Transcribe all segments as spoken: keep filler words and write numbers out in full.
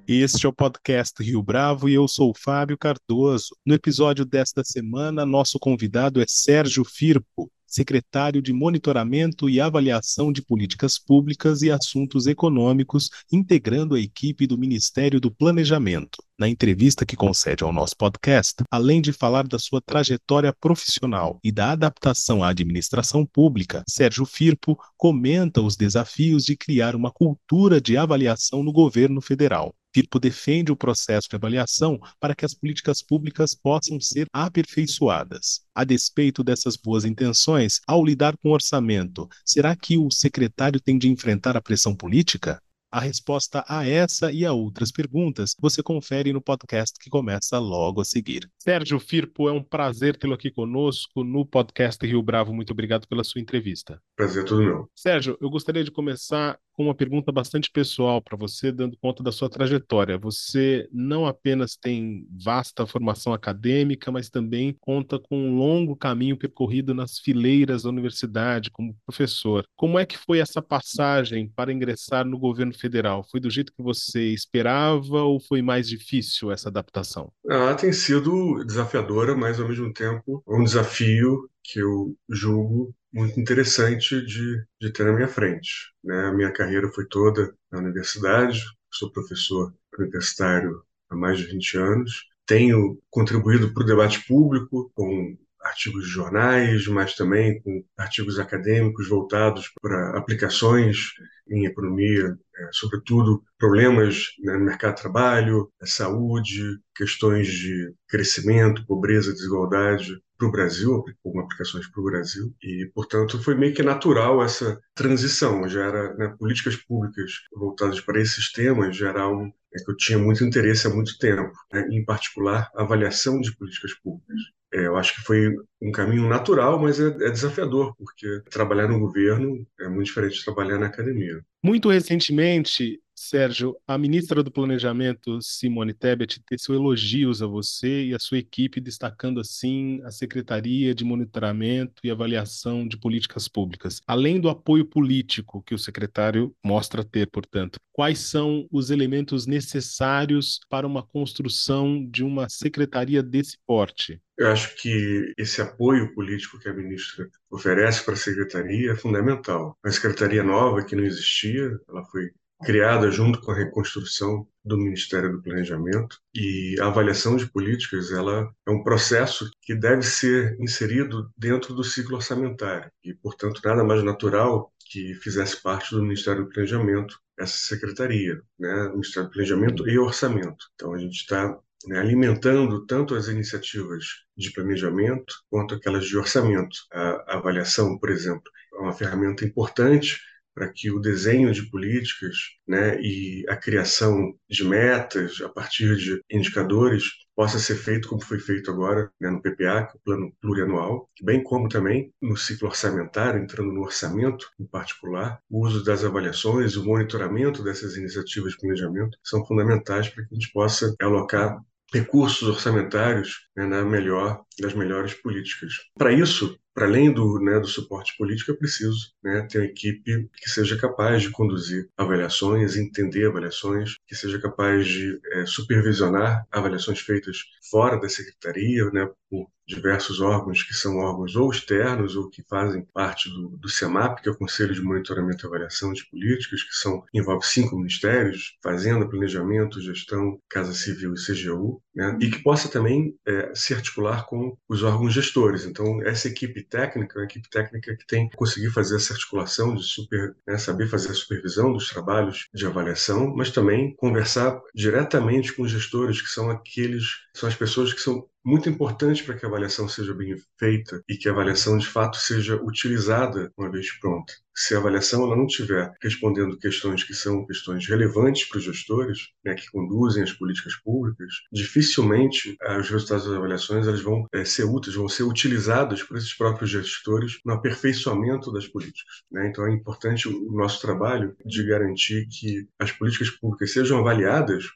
Este é o podcast Rio Bravo e eu sou o Fábio Cardoso. No episódio desta semana, nosso convidado é Sérgio Firpo, secretário de Monitoramento e Avaliação de Políticas Públicas e Assuntos Econômicos, integrando a equipe do Ministério do Planejamento. Na entrevista que concede ao nosso podcast, além de falar da sua trajetória profissional e da adaptação à administração pública, Sérgio Firpo comenta os desafios de criar uma cultura de avaliação no governo federal. Firpo defende o processo de avaliação para que as políticas públicas possam ser aperfeiçoadas. A despeito dessas boas intenções, ao lidar com o orçamento, será que o secretário tem de enfrentar a pressão política? A resposta a essa e a outras perguntas você confere no podcast que começa logo a seguir. Sérgio Firpo, é um prazer tê-lo aqui conosco no podcast Rio Bravo. Muito obrigado pela sua entrevista. Prazer é todo meu. Sérgio, eu gostaria de começar com uma pergunta bastante pessoal para você, dando conta da sua trajetória. Você não apenas tem vasta formação acadêmica, mas também conta com um longo caminho percorrido nas fileiras da universidade como professor. Como é que foi essa passagem para ingressar no governo federal? Foi do jeito que você esperava ou foi mais difícil essa adaptação? Ela tem sido desafiadora, mas ao mesmo tempo um desafio que eu julgo muito interessante de, de ter na minha frente, né? A minha carreira foi toda na universidade, sou professor universitário há mais de vinte anos, tenho contribuído para o debate público com artigos de jornais, mas também com artigos acadêmicos voltados para aplicações em economia, é, sobretudo problemas, né, no mercado de trabalho, saúde, questões de crescimento, pobreza, desigualdade para o Brasil, com aplicações para o Brasil, e, portanto, foi meio que natural essa transição. Já era, né, políticas públicas voltadas para esses temas, já era algo, é, que eu tinha muito interesse há muito tempo, né, em particular, avaliação de políticas públicas. É, eu acho que foi um caminho natural, mas é, é desafiador, porque trabalhar no governo é muito diferente de trabalhar na academia. Muito recentemente, Sérgio, a ministra do Planejamento, Simone Tebet, teceu elogios a você e a sua equipe, destacando assim a Secretaria de Monitoramento e Avaliação de Políticas Públicas. Além do apoio político que o secretário mostra ter, portanto, quais são os elementos necessários para uma construção de uma secretaria desse porte? Eu acho que esse apoio político que a ministra oferece para a secretaria é fundamental. A secretaria nova, que não existia, ela foi criada junto com a reconstrução do Ministério do Planejamento, e a avaliação de políticas, ela é um processo que deve ser inserido dentro do ciclo orçamentário e, portanto, nada mais natural que fizesse parte do Ministério do Planejamento essa secretaria, né? Ministério do Planejamento e Orçamento. Então a gente está, né, alimentando tanto as iniciativas de planejamento quanto aquelas de orçamento. A avaliação, por exemplo, é uma ferramenta importante para que o desenho de políticas, né, e a criação de metas a partir de indicadores possa ser feito como foi feito agora, né, no P P A, que é o Plano Plurianual, bem como também no ciclo orçamentário, entrando no orçamento em particular, o uso das avaliações, o monitoramento dessas iniciativas de planejamento são fundamentais para que a gente possa alocar recursos orçamentários, né, na melhor das melhores políticas. Para isso, para além do, né, do suporte político, é preciso, né, ter uma equipe que seja capaz de conduzir avaliações, entender avaliações, que seja capaz de é, supervisionar avaliações feitas fora da secretaria, né, por diversos órgãos que são órgãos ou externos ou que fazem parte do, do CEMAP, que é o Conselho de Monitoramento e Avaliação de Políticas, que são, envolve cinco ministérios: Fazenda, Planejamento, Gestão, Casa Civil e C G U, né, e que possa também é, se articular com os órgãos gestores. Então, essa equipe técnica, a equipe técnica que tem que conseguir fazer essa articulação, de super, né, saber fazer a supervisão dos trabalhos de avaliação, mas também conversar diretamente com os gestores, que são aqueles, são as pessoas que são muito importantes para que a avaliação seja bem feita e que a avaliação de fato seja utilizada uma vez pronta. Se a avaliação ela não estiver respondendo questões que são questões relevantes para os gestores, né, que conduzem as políticas públicas, dificilmente ah, os resultados das avaliações eles vão é, ser úteis, vão ser utilizados por esses próprios gestores no aperfeiçoamento das políticas, né? Então é importante o nosso trabalho de garantir que as políticas públicas sejam avaliadas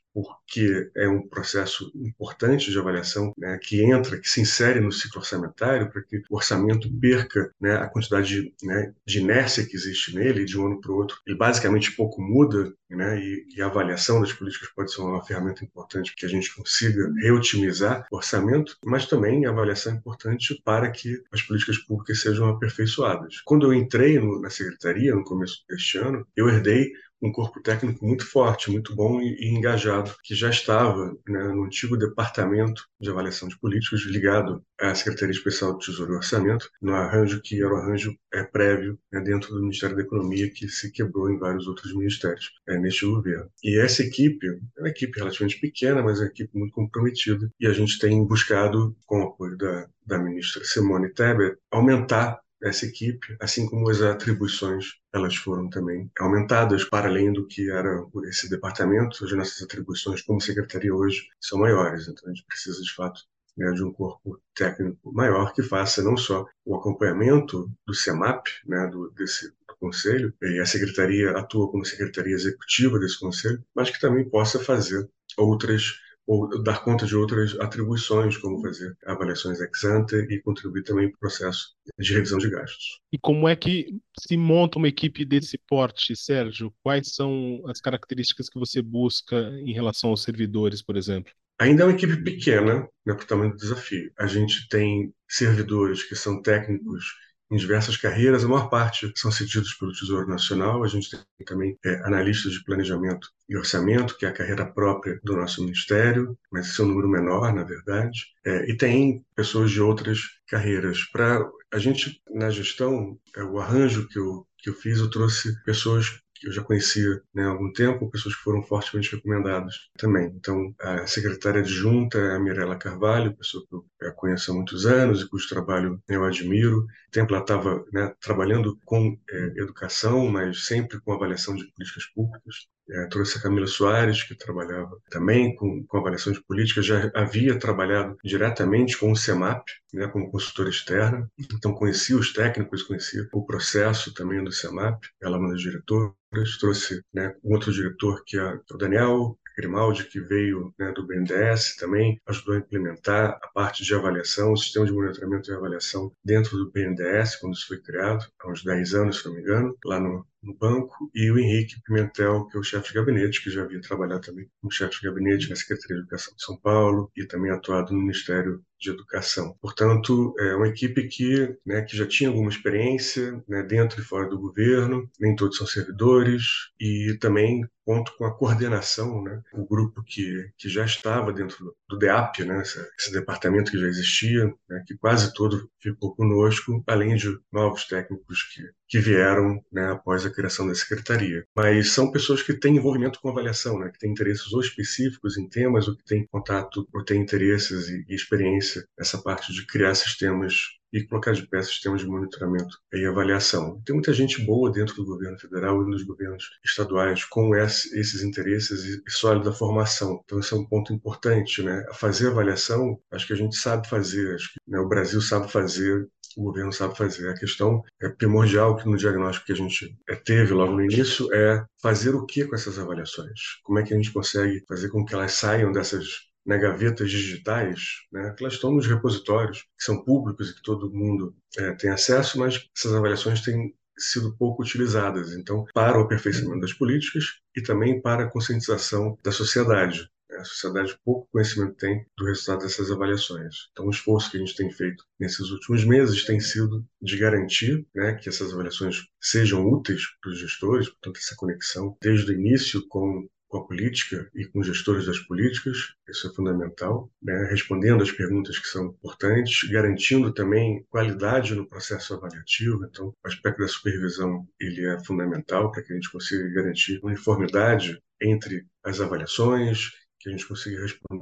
porque é um processo importante de avaliação, né, que entra, que se insere no ciclo orçamentário para que o orçamento perca, né, a quantidade de, né, de inércia que existe nele de um ano para o outro. Ele basicamente pouco muda, né, e, e a avaliação das políticas pode ser uma ferramenta importante que a gente consiga reotimizar o orçamento, mas também a avaliação é importante para que as políticas públicas sejam aperfeiçoadas. Quando eu entrei no, na secretaria, no começo deste ano, eu herdei um corpo técnico muito forte, muito bom e, e engajado, que já estava, né, no antigo departamento de avaliação de políticos ligado à Secretaria Especial do Tesouro e Orçamento, no arranjo que era o arranjo é, prévio, né, dentro do Ministério da Economia, que se quebrou em vários outros ministérios é, neste governo. E essa equipe é uma equipe relativamente pequena, mas é uma equipe muito comprometida, e a gente tem buscado, com o apoio da, da ministra Simone Tebet, aumentar essa equipe, assim como as atribuições, elas foram também aumentadas para além do que era esse departamento. As nossas atribuições como secretaria hoje são maiores, então a gente precisa de fato, né, de um corpo técnico maior que faça não só o acompanhamento do CEMAP, né, do, desse do conselho, e a secretaria atua como secretaria executiva desse conselho, mas que também possa fazer outras ou dar conta de outras atribuições, como fazer avaliações ex ante e contribuir também para o processo de revisão de gastos. E como é que se monta uma equipe desse porte, Sérgio? Quais são as características que você busca em relação aos servidores, por exemplo? Ainda é uma equipe pequena, né, para o tamanho do desafio. A gente tem servidores que são técnicos em diversas carreiras, a maior parte são cedidos pelo Tesouro Nacional. A gente tem também é, analistas de planejamento e orçamento, que é a carreira própria do nosso ministério, mas esse é um número menor, na verdade. É, e tem pessoas de outras carreiras. Para a gente, na gestão, é, o arranjo que eu, que eu fiz, eu trouxe pessoas que eu já conhecia, né, há algum tempo, pessoas que foram fortemente recomendadas também. Então, a secretária adjunta é a Mirela Carvalho, pessoa que eu eh, conheço há muitos anos e cujo trabalho eu admiro. O tempo ela estava, né, trabalhando com eh, educação, mas sempre com avaliação de políticas públicas. É, trouxe a Camila Soares, que trabalhava também com, com avaliação de política, já havia trabalhado diretamente com o CEMAP, né, como consultora externa, então conhecia os técnicos, conhecia o processo também do CEMAP, ela é uma das diretoras, trouxe, né, um outro diretor, que é o Daniel Grimaldi, que veio, né, do B N D E S também, ajudou a implementar a parte de avaliação, o sistema de monitoramento e avaliação dentro do B N D E S, quando isso foi criado, há uns dez anos, se não me engano, lá no, no banco, e o Henrique Pimentel, que é o chefe de gabinete, que já havia trabalhado também como chefe de gabinete na Secretaria de Educação de São Paulo e também atuado no Ministério de Educação. Portanto, é uma equipe que, né, que já tinha alguma experiência, né, dentro e fora do governo, nem todos são servidores, e também conto com a coordenação, né, o grupo que, que já estava dentro do D E A P, né, esse, esse departamento que já existia, né, que quase todo ficou conosco, além de novos técnicos que, que vieram, né, após a criação da secretaria. Mas são pessoas que têm envolvimento com avaliação, né, que têm interesses ou específicos em temas, ou que têm contato, ou têm interesses e, e experiência nessa parte de criar sistemas e colocar de pé sistemas de monitoramento e avaliação. Tem muita gente boa dentro do governo federal e nos governos estaduais com esses interesses e sólida formação. Então, esse é um ponto importante, né? A fazer avaliação, acho que a gente sabe fazer, acho que, né, o Brasil sabe fazer, o governo sabe fazer. A questão é primordial que no diagnóstico que a gente teve logo no início é fazer o que com essas avaliações? Como é que a gente consegue fazer com que elas saiam dessas, né, gavetas digitais, né, que elas estão nos repositórios, que são públicos e que todo mundo é, tem acesso, mas essas avaliações têm sido pouco utilizadas. Então, para o aperfeiçoamento das políticas e também para a conscientização da sociedade. A sociedade pouco conhecimento tem do resultado dessas avaliações. Então, o esforço que a gente tem feito nesses últimos meses tem sido de garantir, né, que essas avaliações sejam úteis para os gestores, portanto, essa conexão desde o início com com a política e com os gestores das políticas, isso é fundamental, né? Respondendo às perguntas que são importantes, garantindo também qualidade no processo avaliativo. Então, o aspecto da supervisão ele é fundamental para que a gente consiga garantir uniformidade entre as avaliações, que a gente consiga responder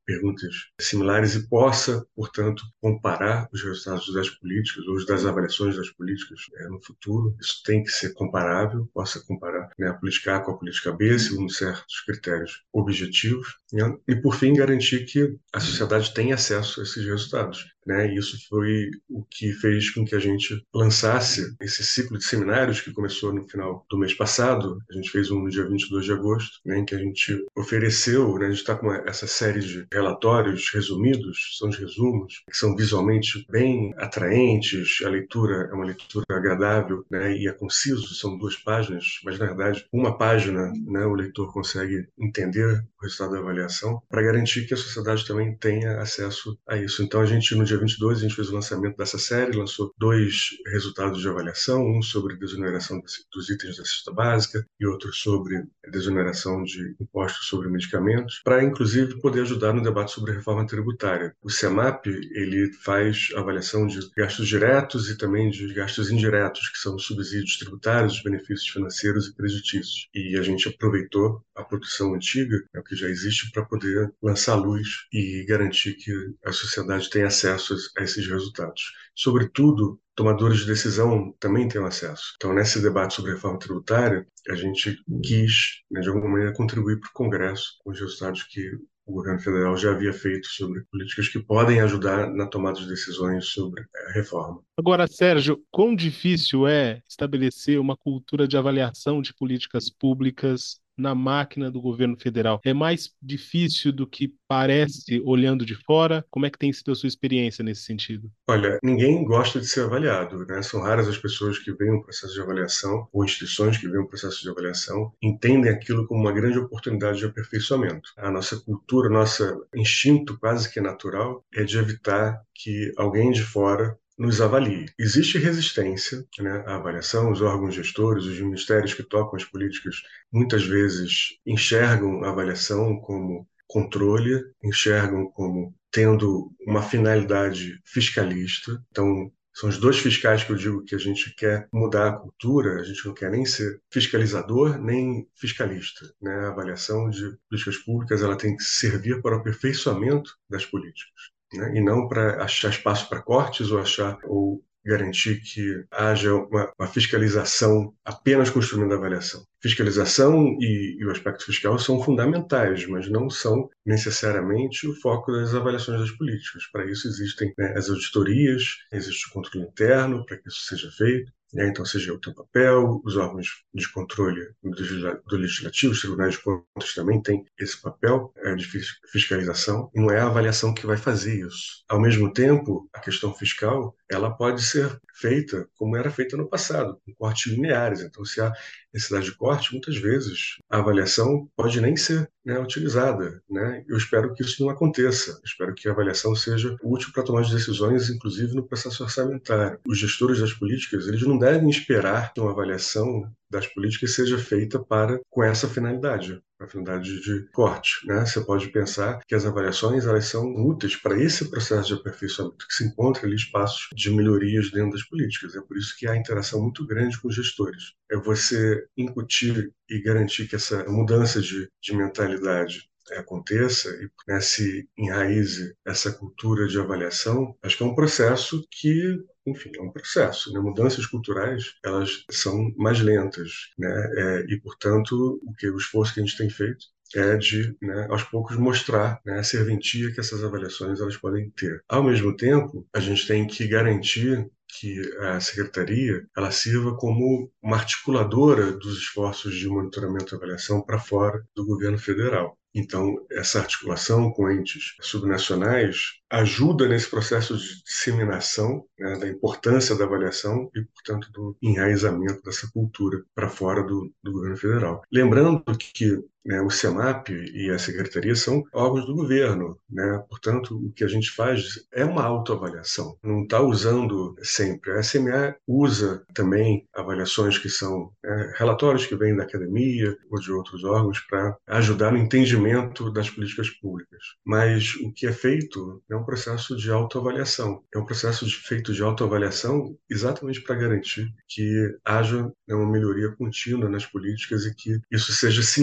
perguntas similares e possa, portanto, comparar os resultados das políticas ou das avaliações das políticas é, no futuro. Isso tem que ser comparável, possa comparar, né, a política A com a política B, segundo certos critérios objetivos, né? E, por fim, garantir que a sociedade tenha acesso a esses resultados, né? E isso foi o que fez com que a gente lançasse esse ciclo de seminários que começou no final do mês passado. A gente fez um no dia vinte e dois de agosto, né, em que a gente ofereceu, né, a gente está com essa série de relatórios resumidos, são os resumos, que são visualmente bem atraentes, a leitura é uma leitura agradável, né, e é conciso, são duas páginas, mas na verdade uma página, né, o leitor consegue entender o resultado da avaliação, para garantir que a sociedade também tenha acesso a isso. Então a gente, no dia vinte e dois, a gente fez o lançamento dessa série, lançou dois resultados de avaliação, um sobre desoneração dos itens da cesta básica e outro sobre desoneração de impostos sobre medicamentos, para inclusive poder ajudar no debate sobre a reforma tributária. O SEMAP, ele faz avaliação de gastos diretos e também de gastos indiretos, que são os subsídios tributários, os benefícios financeiros e creditícios. E a gente aproveitou a produção antiga, é o que já existe, para poder lançar luz e garantir que a sociedade tenha acesso a esses resultados. Sobretudo, tomadores de decisão também tenham acesso. Então, nesse debate sobre a reforma tributária, a gente quis, né, de alguma maneira, contribuir para o Congresso com os resultados que o governo federal já havia feito sobre políticas que podem ajudar na tomada de decisões sobre a reforma. Agora, Sérgio, quão difícil é estabelecer uma cultura de avaliação de políticas públicas na máquina do governo federal? É mais difícil do que parece olhando de fora? Como é que tem sido a sua experiência nesse sentido? Olha, ninguém gosta de ser avaliado, né? São raras as pessoas que veem um processo de avaliação, ou instituições que veem um processo de avaliação, entendem aquilo como uma grande oportunidade de aperfeiçoamento. A nossa cultura, nosso instinto quase que natural é de evitar que alguém de fora nos avalie. Existe resistência, né, à avaliação, os órgãos gestores, os ministérios que tocam as políticas, muitas vezes enxergam a avaliação como controle, enxergam como tendo uma finalidade fiscalista. Então, são os dois fiscais que eu digo que a gente quer mudar a cultura, a gente não quer nem ser fiscalizador, nem fiscalista, né? A avaliação de políticas públicas ela tem que servir para o aperfeiçoamento das políticas, né? E não para achar espaço para cortes ou achar ou garantir que haja uma, uma fiscalização apenas com o instrumento da avaliação. Fiscalização e, e o aspecto fiscal são fundamentais, mas não são necessariamente o foco das avaliações das políticas. Para isso existem, né, as auditorias, existe o controle interno para que isso seja feito. Né? Então, seja o teu papel, os órgãos de controle do legislativo, os tribunais de contas também têm esse papel é, de fiscalização, e não é a avaliação que vai fazer isso. Ao mesmo tempo, a questão fiscal ela pode ser feita como era feita no passado, com cortes lineares. Então, se há necessidade de corte, muitas vezes a avaliação pode nem ser, né, utilizada. Né? Eu espero que isso não aconteça. Eu espero que a avaliação seja útil para tomar as decisões, inclusive no processo orçamentário. Os gestores das políticas, eles não devem esperar que uma avaliação das políticas seja feita para com essa finalidade, a finalidade de corte, né? Você pode pensar que as avaliações elas são úteis para esse processo de aperfeiçoamento, que se encontra ali espaços de melhorias dentro das políticas. É por isso que há interação muito grande com os gestores. É você incutir e garantir que essa mudança de, de mentalidade aconteça e, né, se enraize essa cultura de avaliação. Acho que é um processo que, enfim, é um processo. Né? Mudanças culturais, elas são mais lentas, né? É, e, portanto, o, que, o esforço que a gente tem feito é de, né, aos poucos, mostrar, né, a serventia que essas avaliações elas podem ter. Ao mesmo tempo, a gente tem que garantir que a secretaria ela sirva como uma articuladora dos esforços de monitoramento e avaliação para fora do governo federal. Então, essa articulação com entes subnacionais ajuda nesse processo de disseminação, né, da importância da avaliação e, portanto, do enraizamento dessa cultura para fora do, do governo federal. Lembrando que, né, o SEMAP e a Secretaria são órgãos do governo, né? Portanto, o que a gente faz é uma autoavaliação, não está usando sempre. A S M A usa também avaliações que são, né, relatórios que vêm da academia ou de outros órgãos para ajudar no entendimento das políticas públicas. Mas o que é feito é um processo de autoavaliação. É um processo de, feito de autoavaliação exatamente para garantir que haja, né, uma melhoria contínua nas políticas e que isso seja sentido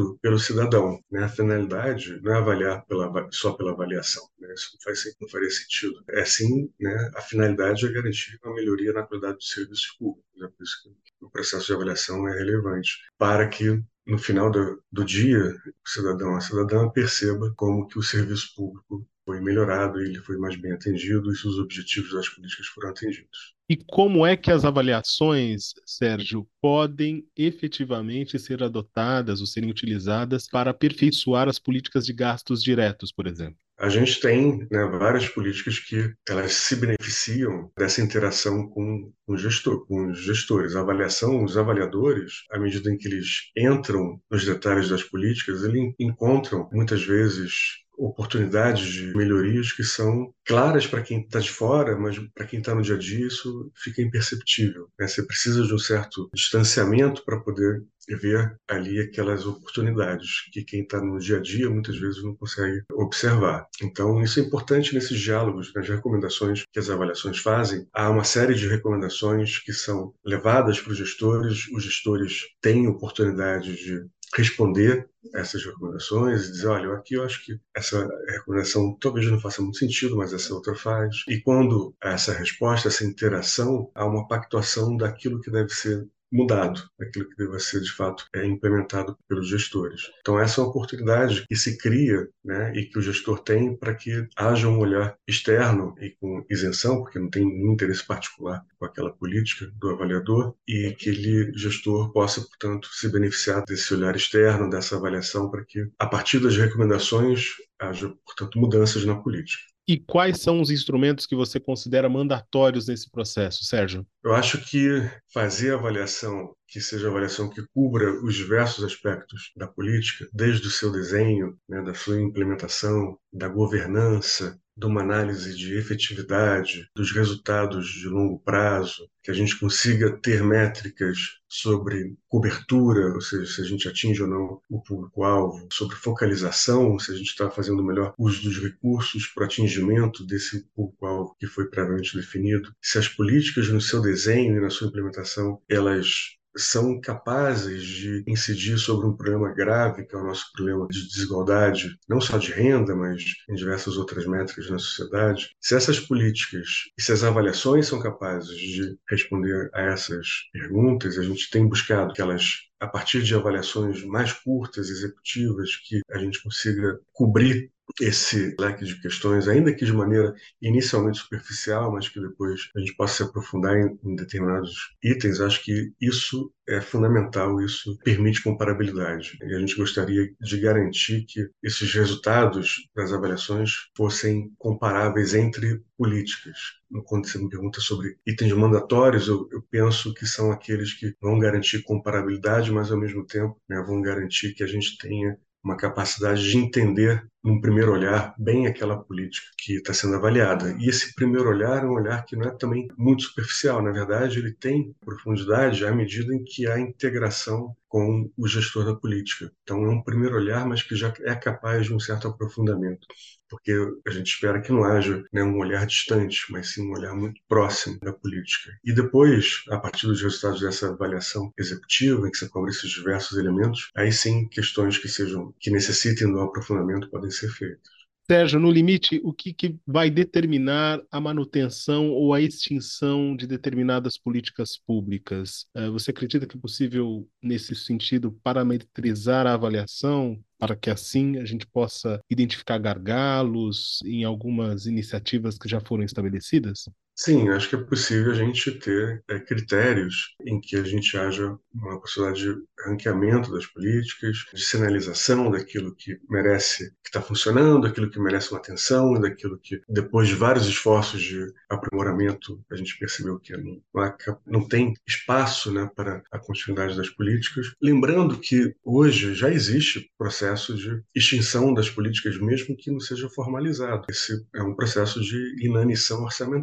percebido pelo cidadão, né? A finalidade não é avaliar pela, só pela avaliação, né? Isso não, faz, não faria sentido. É sim, né? A finalidade é garantir uma melhoria na qualidade dos serviços públicos. É por isso que o processo de avaliação é relevante, para que no final do, do dia, o cidadão, a cidadã perceba como que o serviço público foi melhorado, ele foi mais bem atendido e os objetivos das políticas foram atendidos. E como é que as avaliações, Sérgio, podem efetivamente ser adotadas ou serem utilizadas para aperfeiçoar as políticas de gastos diretos, por exemplo? A gente tem, né, várias políticas que elas se beneficiam dessa interação com, com, o gestor, com os gestores. A avaliação, os avaliadores, à medida em que eles entram nos detalhes das políticas, eles encontram, muitas vezes, oportunidades de melhorias que são claras para quem está de fora, mas para quem está no dia a dia isso fica imperceptível, né? Você precisa de um certo distanciamento para poder ver ali aquelas oportunidades que quem está no dia a dia muitas vezes não consegue observar. Então, isso é importante nesses diálogos, nas recomendações que as avaliações fazem. Há uma série de recomendações que são levadas para os gestores, os gestores têm oportunidade de responder essas recomendações e dizer, olha, aqui eu acho que essa recomendação talvez não faça muito sentido, mas essa outra faz. E quando há essa resposta, essa interação, há uma pactuação daquilo que deve ser mudado, aquilo que deva ser de fato é implementado pelos gestores. Então essa é uma oportunidade que se cria, né, e que o gestor tem para que haja um olhar externo e com isenção, porque não tem nenhum interesse particular com aquela política do avaliador, e que ele, gestor, possa, portanto, se beneficiar desse olhar externo, dessa avaliação, para que, a partir das recomendações, haja, portanto, mudanças na política. E quais são os instrumentos que você considera mandatórios nesse processo, Sérgio? Eu acho que fazer avaliação, que seja avaliação que cubra os diversos aspectos da política, desde o seu desenho, né, da sua implementação, da governança, de uma análise de efetividade, dos resultados de longo prazo, que a gente consiga ter métricas sobre cobertura, ou seja, se a gente atinge ou não o público-alvo, sobre focalização, se a gente está fazendo o melhor uso dos recursos para o atingimento desse público-alvo que foi previamente definido, se as políticas no seu desenho e na sua implementação, elas são capazes de incidir sobre um problema grave, que é o nosso problema de desigualdade, não só de renda, mas em diversas outras métricas na sociedade. Se essas políticas e se as avaliações são capazes de responder a essas perguntas, a gente tem buscado que elas, a partir de avaliações mais curtas, executivas, que a gente consiga cobrir esse leque de questões, ainda que de maneira inicialmente superficial, mas que depois a gente possa se aprofundar em, em determinados itens. Acho que isso é fundamental, isso permite comparabilidade. E a gente gostaria de garantir que esses resultados das avaliações fossem comparáveis entre políticas. Quando você me pergunta sobre itens mandatórios, eu, eu penso que são aqueles que vão garantir comparabilidade, mas ao mesmo tempo, né, vão garantir que a gente tenha uma capacidade de entender, num primeiro olhar, bem aquela política que está sendo avaliada. E esse primeiro olhar é um olhar que não é também muito superficial. Na verdade, ele tem profundidade à medida em que há integração com o gestor da política. Então, é um primeiro olhar, mas que já é capaz de um certo aprofundamento, porque a gente espera que não haja, né, um olhar distante, mas sim um olhar muito próximo da política. E depois, a partir dos resultados dessa avaliação executiva, em que você cobre esses diversos elementos, aí sim questões que sejam que necessitem do aprofundamento podem ser feitas. Sérgio, no limite, o que, que vai determinar a manutenção ou a extinção de determinadas políticas públicas? Eh, Você acredita que é possível, nesse sentido, parametrizar a avaliação para que assim a gente possa identificar gargalos em algumas iniciativas que já foram estabelecidas? Sim, acho que é possível a gente ter é, critérios em que a gente haja uma possibilidade de ranqueamento das políticas, de sinalização daquilo que merece, que está funcionando, daquilo que merece uma atenção, daquilo que, depois de vários esforços de aprimoramento, a gente percebeu que não, há, não tem espaço, né, para a continuidade das políticas. Lembrando que hoje já existe processo de extinção das políticas, mesmo que não seja formalizado. Esse é um processo de inanição orçamentária,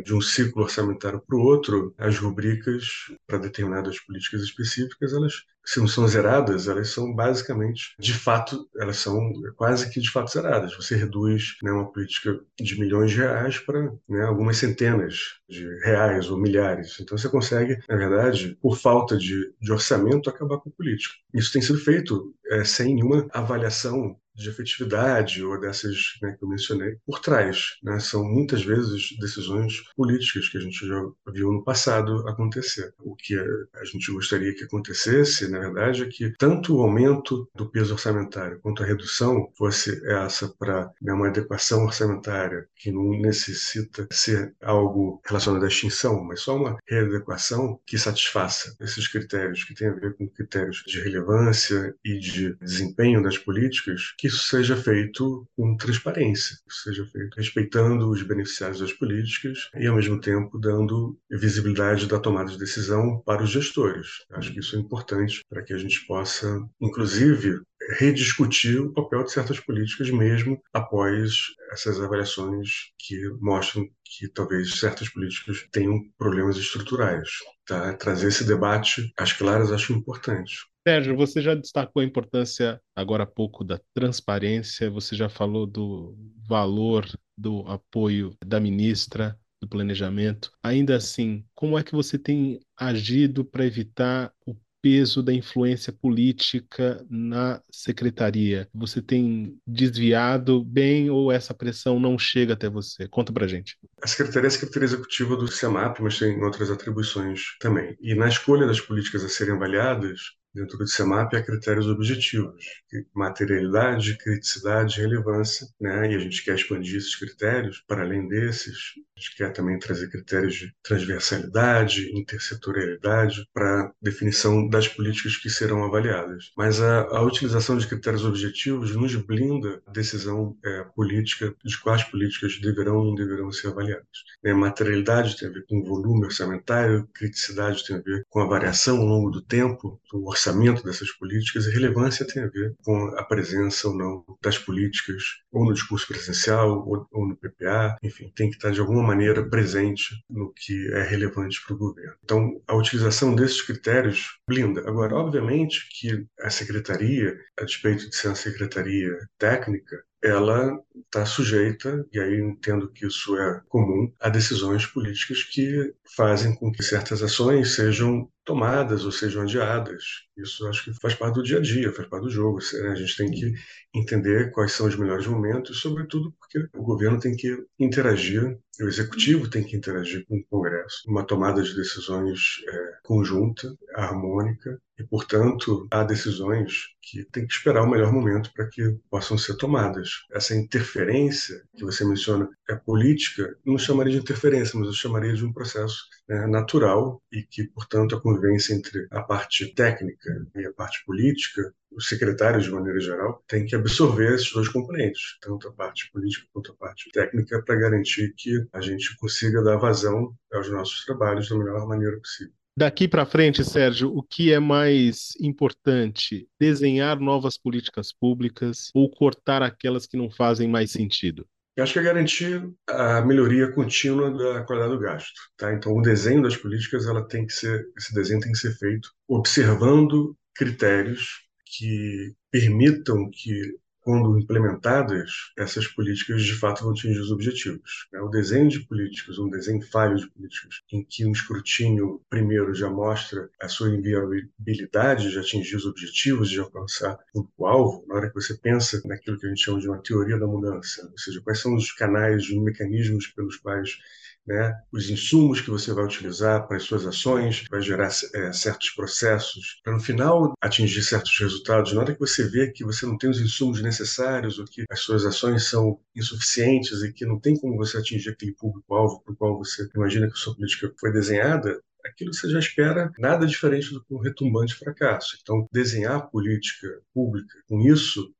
de um ciclo orçamentário para o outro, as rubricas para determinadas políticas específicas, elas, se não são zeradas, elas são basicamente, de fato, elas são quase que de fato zeradas. Você reduz, né, uma política de milhões de reais para, né, algumas centenas de reais ou milhares. Então você consegue, na verdade, por falta de, de orçamento, acabar com a política. Isso tem sido feito é, sem nenhuma avaliação de efetividade ou dessas, né, que eu mencionei por trás, né? São muitas vezes decisões políticas que a gente já viu no passado acontecer. O que a gente gostaria que acontecesse, na verdade, é que tanto o aumento do peso orçamentário quanto a redução fosse essa para, né, uma adequação orçamentária que não necessita ser algo relacionado à extinção, mas só uma readequação que satisfaça esses critérios que têm a ver com critérios de relevância e de desempenho das políticas, que isso seja feito com transparência, que isso seja feito respeitando os beneficiários das políticas e, ao mesmo tempo, dando visibilidade da tomada de decisão para os gestores. Acho que isso é importante para que a gente possa, inclusive, rediscutir o papel de certas políticas mesmo após essas avaliações que mostram que talvez certas políticas tenham problemas estruturais. Tá? Trazer esse debate às claras acho importante. Sérgio, você já destacou a importância, agora há pouco, da transparência, você já falou do valor do apoio da ministra do Planejamento. Ainda assim, como é que você tem agido para evitar o peso da influência política na secretaria? Você tem desviado bem ou essa pressão não chega até você? Conta pra gente. A Secretaria é a Secretaria Executiva do SEMAP, mas tem outras atribuições também. E na escolha das políticas a serem avaliadas, dentro do SEMAP, há critérios objetivos: materialidade, criticidade e relevância, né? E a gente quer expandir esses critérios para além desses. A gente quer também trazer critérios de transversalidade, intersetorialidade para definição das políticas que serão avaliadas. Mas a, a utilização de critérios objetivos nos blinda a decisão é, política de quais políticas deverão ou não deverão ser avaliadas. Né? Materialidade tem a ver com volume orçamentário, criticidade tem a ver com a variação ao longo do tempo do orçamento dessas políticas, e relevância tem a ver com a presença ou não das políticas, ou no discurso presidencial, ou, ou no P P A, enfim, tem que estar de alguma maneira presente no que é relevante para o governo. Então, a utilização desses critérios blinda. Agora, obviamente que a secretaria, a despeito de ser uma secretaria técnica, ela está sujeita, e aí eu entendo que isso é comum, a decisões políticas que fazem com que certas ações sejam tomadas ou sejam adiadas. Isso acho que faz parte do dia a dia, faz parte do jogo. A gente tem que entender quais são os melhores momentos, sobretudo porque o governo tem que interagir, o executivo tem que interagir com o Congresso, uma tomada de decisões é, conjunta, harmônica, e, portanto, há decisões que tem que esperar o melhor momento para que possam ser tomadas. Essa interferência que você menciona é política, não chamaria de interferência, mas eu chamaria de um processo é, natural e que, portanto, a convivência entre a parte técnica e a parte política, os secretários, de maneira geral, têm que absorver esses dois componentes, tanto a parte política quanto a parte técnica, para garantir que a gente consiga dar vazão aos nossos trabalhos da melhor maneira possível. Daqui para frente, Sérgio, o que é mais importante? Desenhar novas políticas públicas ou cortar aquelas que não fazem mais sentido? Eu acho que é garantir a melhoria contínua da qualidade do gasto, tá? Então, o desenho das políticas, ela tem que ser, esse desenho tem que ser feito observando critérios que permitam que, quando implementadas, essas políticas de fato vão atingir os objetivos, né? O desenho de políticas, um desenho falho de políticas, em que um escrutínio primeiro já mostra a sua inviabilidade de atingir os objetivos, de alcançar o alvo, na hora que você pensa naquilo que a gente chama de uma teoria da mudança, ou seja, quais são os canais, os mecanismos pelos quais, né, os insumos que você vai utilizar para as suas ações, vai gerar é, certos processos, para no final atingir certos resultados. Na hora que você vê que você não tem os insumos necessários, ou que as suas ações são insuficientes e que não tem como você atingir aquele público-alvo para o qual você imagina que a sua política foi desenhada, aquilo você já espera nada diferente do que um retumbante fracasso. Então, desenhar política pública com isso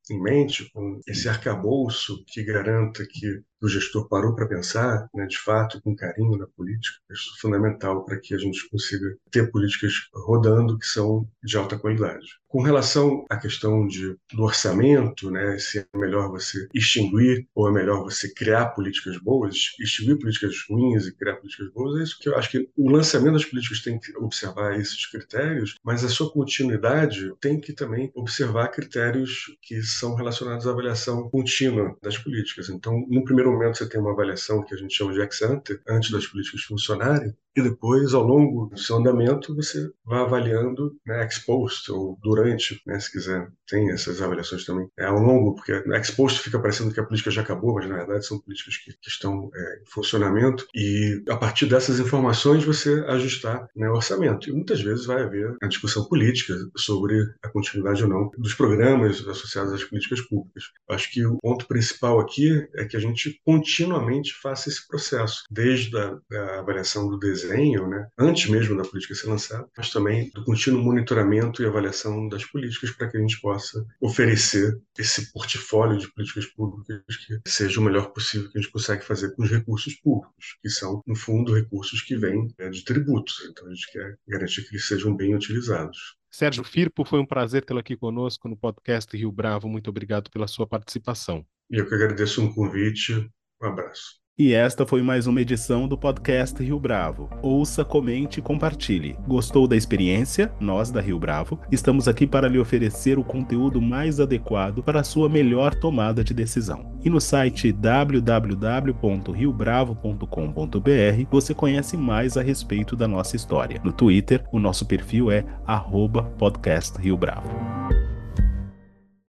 em mente, com esse arcabouço que garanta que o gestor parou para pensar, né, de fato, com carinho na política. Isso é fundamental para que a gente consiga ter políticas rodando que são de alta qualidade. Com relação à questão de, do orçamento, né, se é melhor você extinguir ou é melhor você criar políticas boas, extinguir políticas ruins e criar políticas boas, é isso que eu acho que o lançamento das políticas tem que observar esses critérios, mas a sua continuidade tem que também observar critérios que são relacionados à avaliação contínua das políticas. Então, no primeiro momento, você tem uma avaliação que a gente chama de ex ante, antes das políticas funcionarem, e depois, ao longo do seu andamento, você vai avaliando, né, ex post, ou durante, né, se quiser. Tem essas avaliações também. É ao longo, porque ex post fica parecendo que a política já acabou, mas na verdade são políticas que, que estão é, em funcionamento, e a partir dessas informações você ajustar, né, o orçamento. E muitas vezes vai haver a discussão política sobre a continuidade ou não dos programas associados às políticas públicas. Acho que o ponto principal aqui é que a gente continuamente faça esse processo, desde a, a avaliação do desenho, né, antes mesmo da política ser lançada, mas também do contínuo monitoramento e avaliação das políticas para que a gente possa oferecer esse portfólio de políticas públicas que seja o melhor possível que a gente consegue fazer com os recursos públicos, que são, no fundo, recursos que vêm, né, de tributos. Então, a gente quer garantir que eles sejam bem utilizados. Sérgio Firpo, foi um prazer tê-lo aqui conosco no podcast Rio Bravo. Muito obrigado pela sua participação. E eu que agradeço um convite. Um abraço. E esta foi mais uma edição do podcast Rio Bravo. Ouça, comente e compartilhe. Gostou da experiência? Nós, da Rio Bravo, estamos aqui para lhe oferecer o conteúdo mais adequado para a sua melhor tomada de decisão. E no site w w w ponto rio bravo ponto com ponto b r você conhece mais a respeito da nossa história. No Twitter, o nosso perfil é arroba podcast Rio Bravo.